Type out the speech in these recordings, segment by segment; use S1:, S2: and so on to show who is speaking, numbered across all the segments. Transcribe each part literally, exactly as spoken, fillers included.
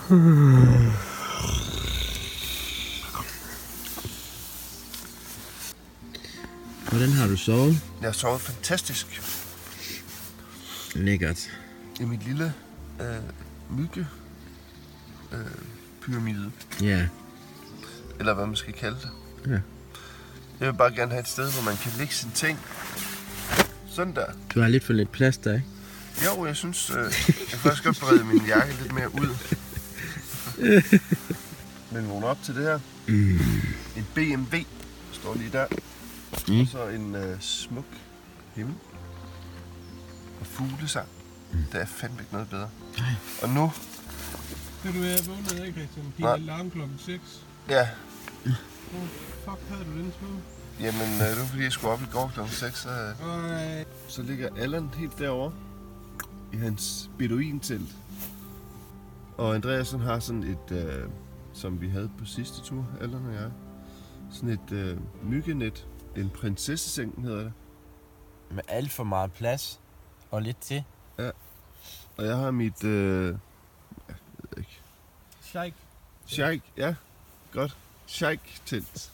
S1: Hvordan har du sovet?
S2: Jeg har sovet fantastisk.
S1: Lækkert.
S2: I mit lille øh, mygge øh, pyramide.
S1: Ja.
S2: Eller hvad man skal kalde det.
S1: Ja.
S2: Jeg vil bare gerne have et sted, hvor man kan lægge sine ting. Sådan der.
S1: Du har lidt for lidt plads der, ikke?
S2: Jo, jeg synes, øh, jeg kan faktisk godt brede min jakke lidt mere ud. Men vågner op til det her.
S1: Mm.
S2: En B M W står lige der.
S1: Mm.
S2: Og så en øh, smuk himmel. Og fuglesang. Mm. Det er fandme ikke noget bedre.
S1: Nej.
S2: Og nu...
S3: Kan du være vågnet, ikke, Christian? Din
S2: Nej.
S3: alarm klokken seks.
S2: Ja.
S3: Hvor fuck havde du den små?
S2: Jamen, øh, det var fordi, jeg skulle op i går klokken seks. Så,
S3: Ej.
S2: så ligger Allan helt derovre. I hans beduintelt. Og Andreasen har sådan et... Øh, som vi havde på sidste tur, Allan og jeg. Sådan et øh, myggenet. En prinsesseseng hedder det.
S1: Med alt for meget plads. Og lidt til.
S2: Ja. Og jeg har mit... Øh, jeg ved ikke.
S3: Sheik.
S2: Sheik, ja. Godt. Sheik-telt.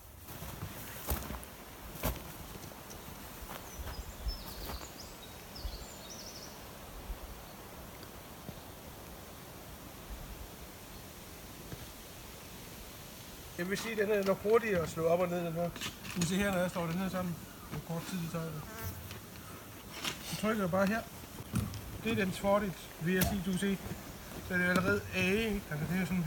S3: Jeg vil sige, at den er nok hurtigere at slå op og ned, den her. Du kan se her, når jeg står den her sammen. Hvor kort tid det tager. Du trykker bare her. Det er dens fordel, vil jeg sige, du kan se. Så er det allerede A, ikke? Altså det er sådan...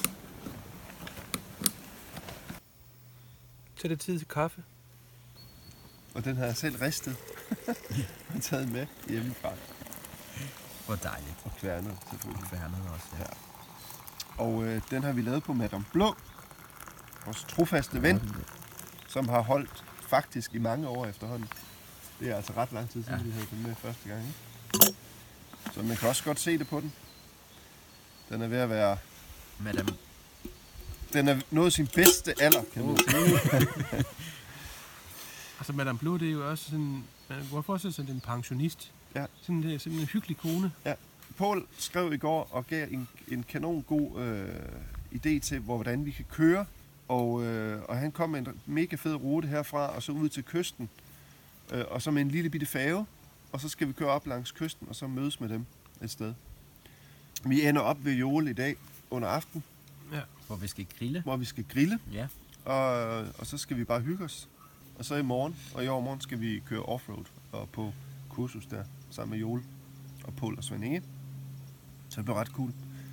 S3: Så er det tid til kaffe.
S2: Og den har jeg selv ristet. Og taget med hjemmefra.
S1: Hvor dejligt.
S2: Og kværnet selvfølgelig.
S1: Kværnet også, ja.
S2: Ja. Og øh, den har vi lavet på Madame Blå. Vores trofaste ven. Som har holdt faktisk i mange år efterhånden. Det er altså ret lang tid siden, ja. Vi havde den med første gang. Ikke? Så man kan også godt se det på den. Den er ved at være...
S1: Madame...
S2: Den er nået sin bedste alder, kan man sige.
S3: Altså Madame Blå, det er jo også sådan... Man kan godt forestille sig, at det er en pensionist.
S2: Ja.
S3: Sådan, det er sådan en hyggelig kone.
S2: Ja. Poul skrev i går og gav en, en kanon god øh, idé til, hvor, hvordan vi kan køre. Og, øh, og han kom med en mega fed rute herfra, og så ud til kysten. Øh, og så med en lille bitte færge. Og så skal vi køre op langs kysten, og så mødes med dem et sted. Vi ender op ved Jole i dag under aften.
S3: Ja.
S1: Hvor vi skal grille.
S2: Hvor vi skal grille.
S1: Ja.
S2: Og, og så skal vi bare hygge os. Og så i morgen, og i overmorgen skal vi køre offroad og på kursus der, sammen med Jole og Poul og Svend Inge. Så det bliver ret cool.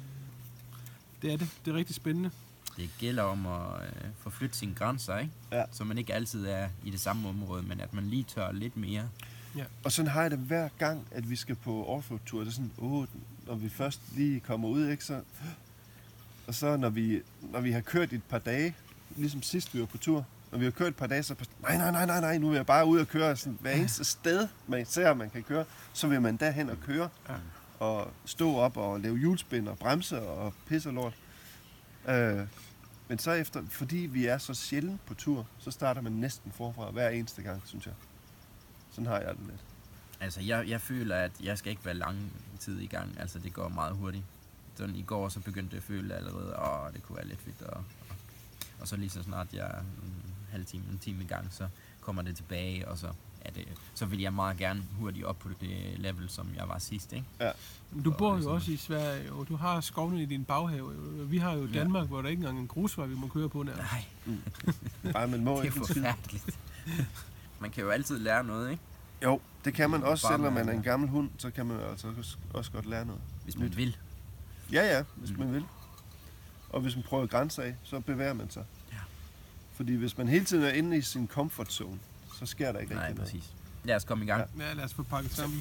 S3: Det er det. Det er rigtig spændende.
S1: Det gælder om at øh, forflytte sine grænser, ikke?
S2: Ja.
S1: Så man ikke altid er i det samme område, men at man lige tør lidt mere.
S3: Ja.
S2: Og sådan har jeg det hver gang, at vi skal på offroad-tur. Det er sådan, åh, når vi først lige kommer ud, ikke så... Og så når vi, når vi har kørt et par dage, ligesom sidst vi var på tur, når vi har kørt et par dage, så nej, nej, nej, nej, nej, nu vil jeg bare ud og køre sådan, hver eneste sted, man ser, man kan køre, så vil man derhen og køre,
S3: Ja.
S2: og stå op og lave hjulspind og bremse og pisse og lort. Øh, men så efter, fordi vi er så sjældent på tur, så starter man næsten forfra hver eneste gang, synes jeg. Sådan har jeg det lidt.
S1: Altså, jeg, jeg føler, at jeg skal ikke være lang tid i gang. Altså, det går meget hurtigt. Sådan i går, så begyndte jeg at føle allerede, åh, det kunne være lidt fedt. Og, og, og så lige så snart jeg er en halv time, en time i gang, så kommer det tilbage, og så, er det, så vil jeg meget gerne hurtigt op på det level, som jeg var sidst, ikke?
S2: Ja.
S3: Du bor jo
S1: ligesom-
S3: også i Sverige, og du har skovene i din baghave. Vi har jo Danmark, ja. Hvor der ikke engang er en grusvej, vi må køre på nærmest.
S1: Nej,
S2: Mm. Bare man må
S1: det er
S2: ikke en skid.
S1: forfærdeligt. Man kan jo altid lære noget, ikke?
S2: Jo, det kan man også,
S1: Bare
S2: selvom
S1: med-
S2: man er en gammel hund, så kan man altså også godt lære noget.
S1: Hvis man
S2: Nyt.
S1: vil.
S2: Ja, ja, hvis
S1: Mm.
S2: man vil. Og hvis man prøver grænser af, så bevæger man sig.
S1: Ja.
S2: Fordi hvis man hele tiden er inde i sin comfort zone, så sker der ikke
S1: Nej,
S2: rigtig noget.
S1: præcis. Lad os komme i gang.
S2: Ja.
S3: Ja, lad os få pakket sammen.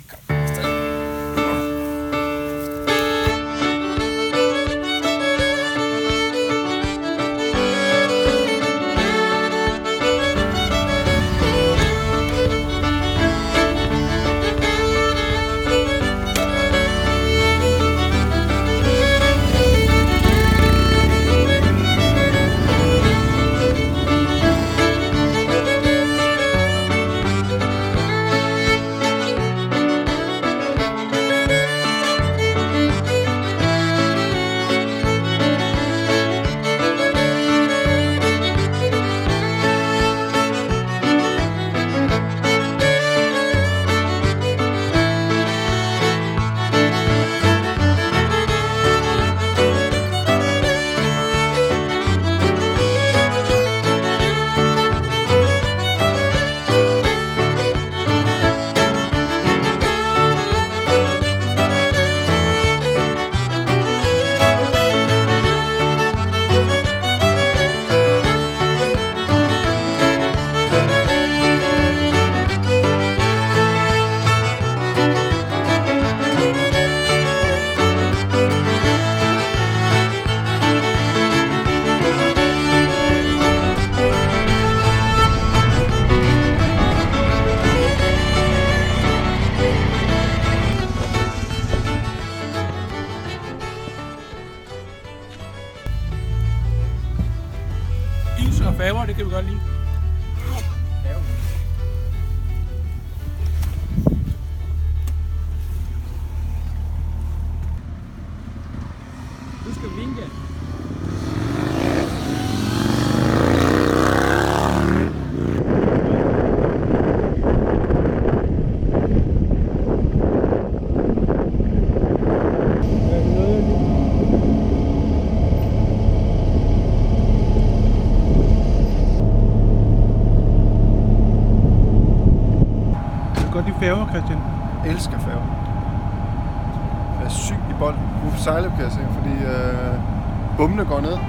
S3: færger, det kan vi godt lide.
S1: Du skal vinke.
S3: Godt de færger, Christian.
S2: Jeg elsker færger. Jeg er syg i bolden. Nu på sejle, kan jeg se, fordi øh, bommene går ned.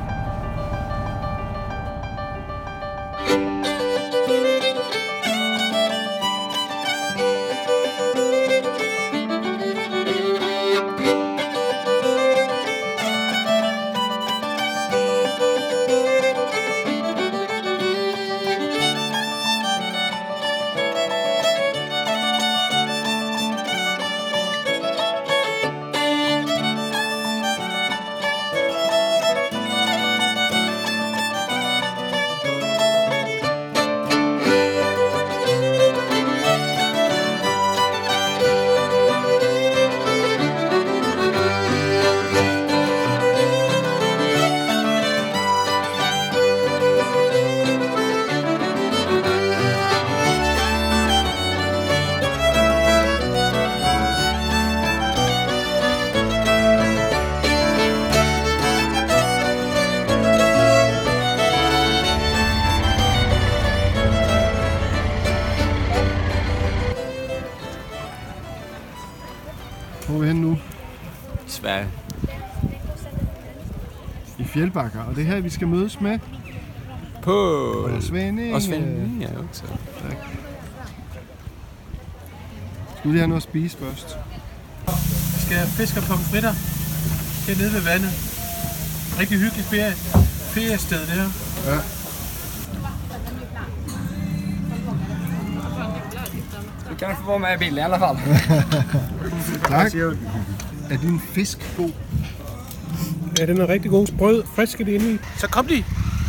S2: Hvor er vi henne nu?
S1: Sverige.
S2: I Fjällbacka, og det er her, vi skal mødes med
S1: På...
S2: Svending.
S1: Og Svending, ja, også.
S2: Tak. Skal vi lige have noget at spise først?
S3: Vi skal have fisk og pomfritter hernede ved vandet. Rigtig hyggeligt ferie. Feriested, det her.
S2: Ja.
S1: Du kan få med bil i alla fall.
S2: Tak. Er din fisk god?
S3: Ja, den er rigtig god. Sprød, frisk er det inde i. Så kom de!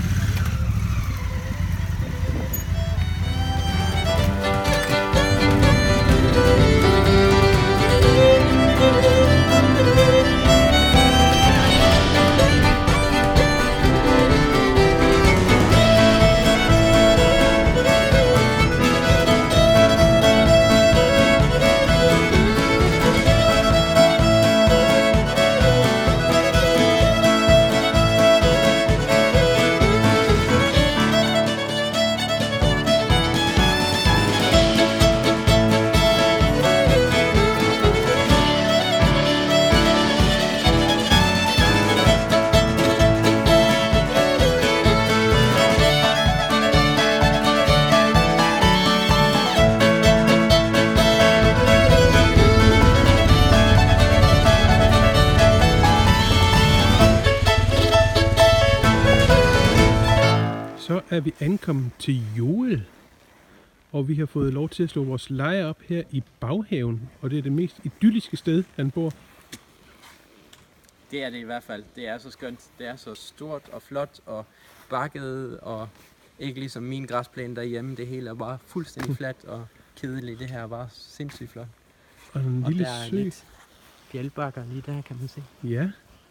S3: Så er vi ankommet til Joel, og vi har fået lov til at slå vores lejr op her i baghaven, og det er det mest idylliske sted, han bor.
S1: Det er det i hvert fald. Det er så skønt. Det er så stort og flot og bakket og ikke ligesom min græsplæne derhjemme. Det hele er bare fuldstændig fladt og kedeligt. Det her er bare sindssygt flot.
S3: Og en
S1: Og
S3: lille
S1: der er
S3: sø.
S1: lidt fjeldbakker lige der, kan man se.
S3: Ja,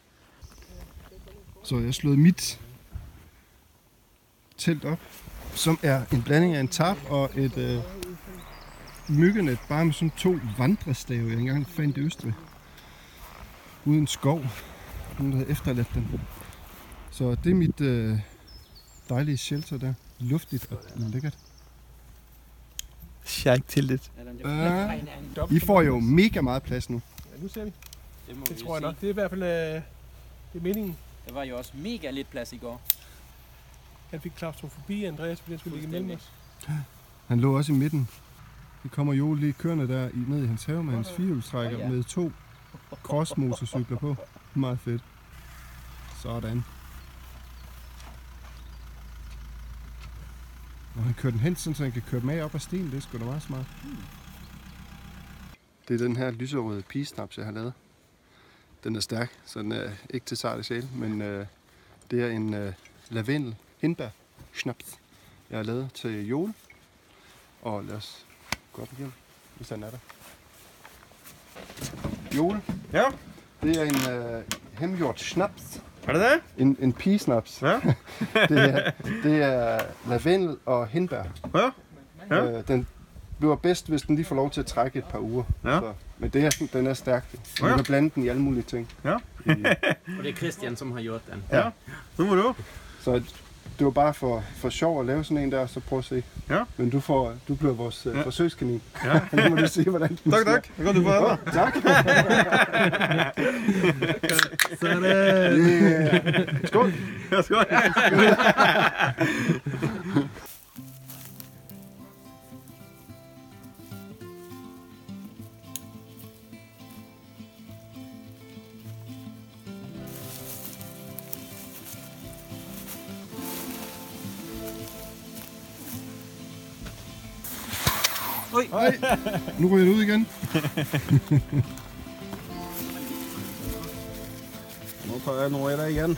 S2: Så jeg har slået mit telt op, som er en blanding af en tarp og et øh, myggenet, bare med sådan to vandrestave, jeg engang fandt i Østrig. Uden skov. Nogen, der havde efterladt den. Så det er mit øh, dejlige shelter der. Luftigt og lækkert.
S3: Shake til lidt.
S2: Ja. I får jo mega meget plads nu.
S3: Ja, nu ser vi.
S1: Det må
S3: Det
S1: vi
S3: tror jeg
S1: sige.
S3: nok. Det er i hvert fald øh, det er meningen.
S1: Der var jo også mega lidt plads i går.
S3: Han fik klaustrofobi, Andreas, fordi han skulle ligge imellem os.
S2: Han lå også i midten. Vi kommer jo lige kørende der i, ned i hans have med hans firehjulstrækker
S1: Oh, ja.
S2: med to crossmotorcykler på. Meget fedt. Sådan. Og han kører den hen, så han kan køre dem af op ad stien. Det er sgu da meget smart. Det er den her lyserøde pigesnaps, jeg har lavet. Den er stærk, så den er ikke til sarte sjæl, men øh, det er en øh, lavendel hindbær Schnaps. Jeg har lavet til jul. Og lad os gå op igen, hvis han er der. Jule.
S3: Ja.
S2: Det er en øh, hjemgjort snaps.
S3: Er det det?
S2: En, en pigesnaps.
S3: Ja.
S2: det, er, det er lavendel og hindbær.
S3: Ja. Ja.
S2: Øh, den bliver bedst, hvis den lige får lov til at trække et par uger.
S3: Ja.
S2: Så, men det er, den er stærk. Du
S3: Ja.
S2: kan blande den i alle mulige ting.
S3: Ja.
S2: I,
S1: Og det er Christian, som har gjort den.
S3: Ja. Nu må du.
S2: så det var bare for, for sjov at lave sådan en der, så prøv at se.
S3: Ja.
S2: Men du, får, du bliver vores øh,
S3: Ja.
S2: forsøgskanin.
S3: Ja.
S2: Nu må du se, hvordan den
S3: Tak, tak. Det går du på
S2: smager.
S3: her.
S2: Åh, tak.
S3: Sådan.
S2: Yeah. Skål.
S3: Ja, skål. Oj.
S2: Hej. Nu ryger det ud igen.
S3: Nu tar jeg noe i det igen.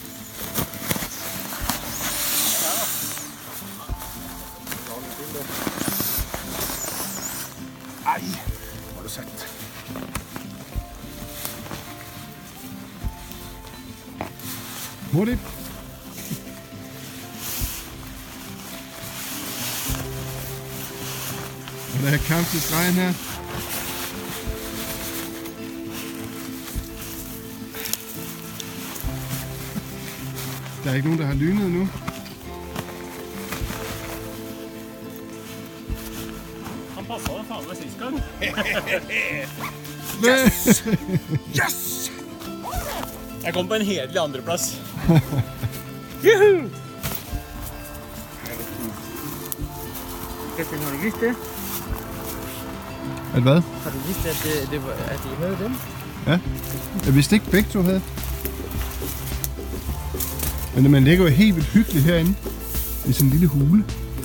S3: Ej, har du sett.
S2: Hurtigt. Og der er kamp til stregen her. Der er ikke nogen, der har lynet endnu.
S4: Han passet det faen meg sist gang.
S2: Yes!
S3: Yes!
S4: Jeg kom på en hederlig andreplass.
S3: Juhu!
S1: Christian, har du vidst det?
S2: At hvad?
S1: Har du vidst, at, det, det var, at I havde dem?
S2: Ja. Jeg vidste ikke begge to havde. Men man ligger jo helt vildt hyggeligt herinde. I sådan en lille hule.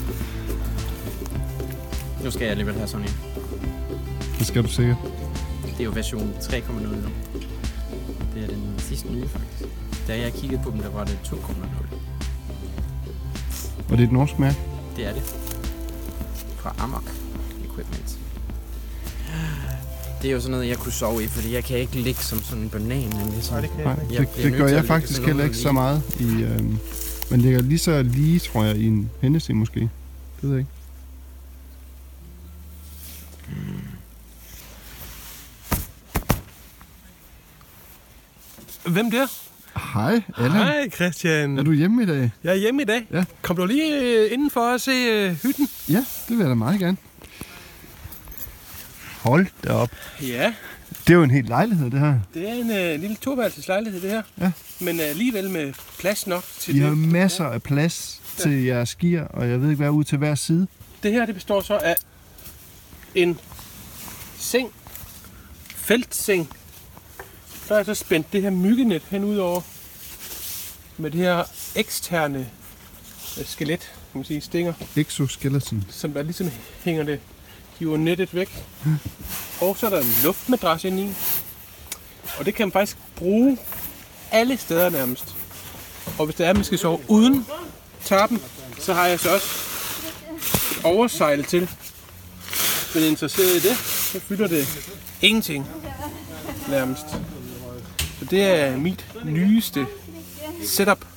S1: Nu skal jeg alligevel have sådan en.
S2: Det skal du sikkert.
S1: Det er jo version tre komma nul nu. Det er den sidste nye, faktisk. Da jeg kiggede på dem, der var det to komma nul.
S2: Og det er et norsk mærke.
S1: Det er det. Fra Amok Equipment. Det er jo sådan noget, jeg kunne sove i, fordi jeg kan ikke ligge som sådan en banan. Men
S3: Nej, det kan
S2: Nej,
S3: jeg ikke.
S1: Jeg
S2: det,
S1: bliver
S2: det
S1: nødt
S2: gør
S1: til at
S2: jeg
S1: ligge
S2: faktisk
S1: sådan
S2: heller ikke så meget i... Øhm, man ligger lige så lige, tror jeg, i en Hennessy måske. Det ved jeg ikke.
S3: Hvem der?
S2: Hej, Allan.
S3: Hej, Christian.
S2: Er du hjemme i dag?
S3: Jeg er hjemme i dag.
S2: Ja.
S3: Kom du lige øh, indenfor og se øh, hytten?
S2: Ja, det vil jeg da meget gerne. Hold da op.
S3: Ja,
S2: Det er jo en hel lejlighed, det her.
S3: det er en øh, lille toværelseslejlighed, det her.
S2: Ja.
S3: Men øh, alligevel med plads nok til
S2: I
S3: det.
S2: har masser af plads til jeres gear, og jeg ved ikke hvad, ud til hver side.
S3: Det her, det består så af en seng, feltseng. Så har jeg så spændt det her myggenet hen ud over med det her eksterne øh, skelet, kan man sige, stinger,
S2: Exoskeleton.
S3: som der ligesom hænger det, hiver nettet væk. Og så er der en luftmadras inde i. Og det kan man faktisk bruge alle steder nærmest. Og hvis det er, at man skal sove uden tarpen, så har jeg så også et oversejl til. Hvis man er interesseret i det, så fylder det ingenting nærmest. Så det er mit nyeste setup.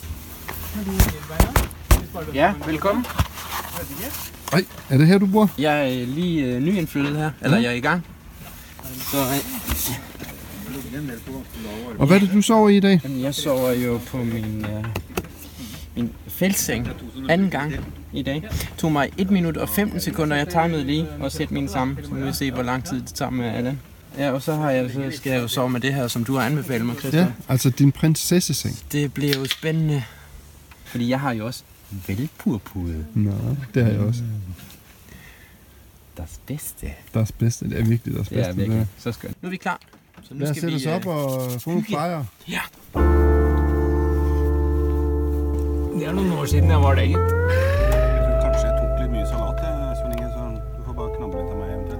S1: Ja, velkommen.
S2: Ej, er det her, du bor?
S1: Jeg er lige øh, nyindflyttet her, eller jeg er i gang. Så øh,
S2: Og hvad er det, du sover i i dag?
S1: jamen, jeg sover jo på min, øh, min feltseng anden gang i dag. Det tog mig et minut og femten sekunder, jeg timede lige og sætte mine sammen. Så nu vil jeg se, hvor lang tid det tager med Allan. Ja, og så, har jeg, så skal jeg jo sove med det her, som du har anbefalet mig, Christian.
S2: Ja, altså din prinsesseseng.
S1: Det bliver jo spændende. Fordi jeg har jo også velpurpude.
S2: Nå, det har jeg også.
S1: Das bedste.
S2: Deres bedste, det er virkelig deres
S1: Det er
S2: bedste.
S1: virkelig så skønt. Nu er vi klar. Så nu
S2: Lad os
S1: skal
S2: sætte
S1: vi,
S2: os op og få nogle
S1: hygge.
S2: fejre.
S1: Ja.
S4: Det er noen år siden jeg var der, gitt.
S3: Kanskje jeg tok litt mye salat, Svein Inge, så du får bare knabbe litt av meg eventuelt.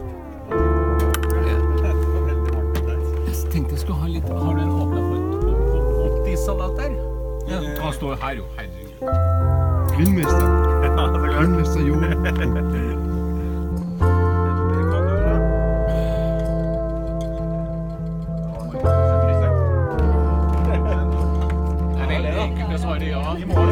S4: Jeg tenkte jeg skulle ha litt. Har du en åpner for et åtti salat der? Ja. Han står her jo, herregud.
S2: Grillmester. Grillmester Jon.
S4: Det er veldig enkelt å svare ja.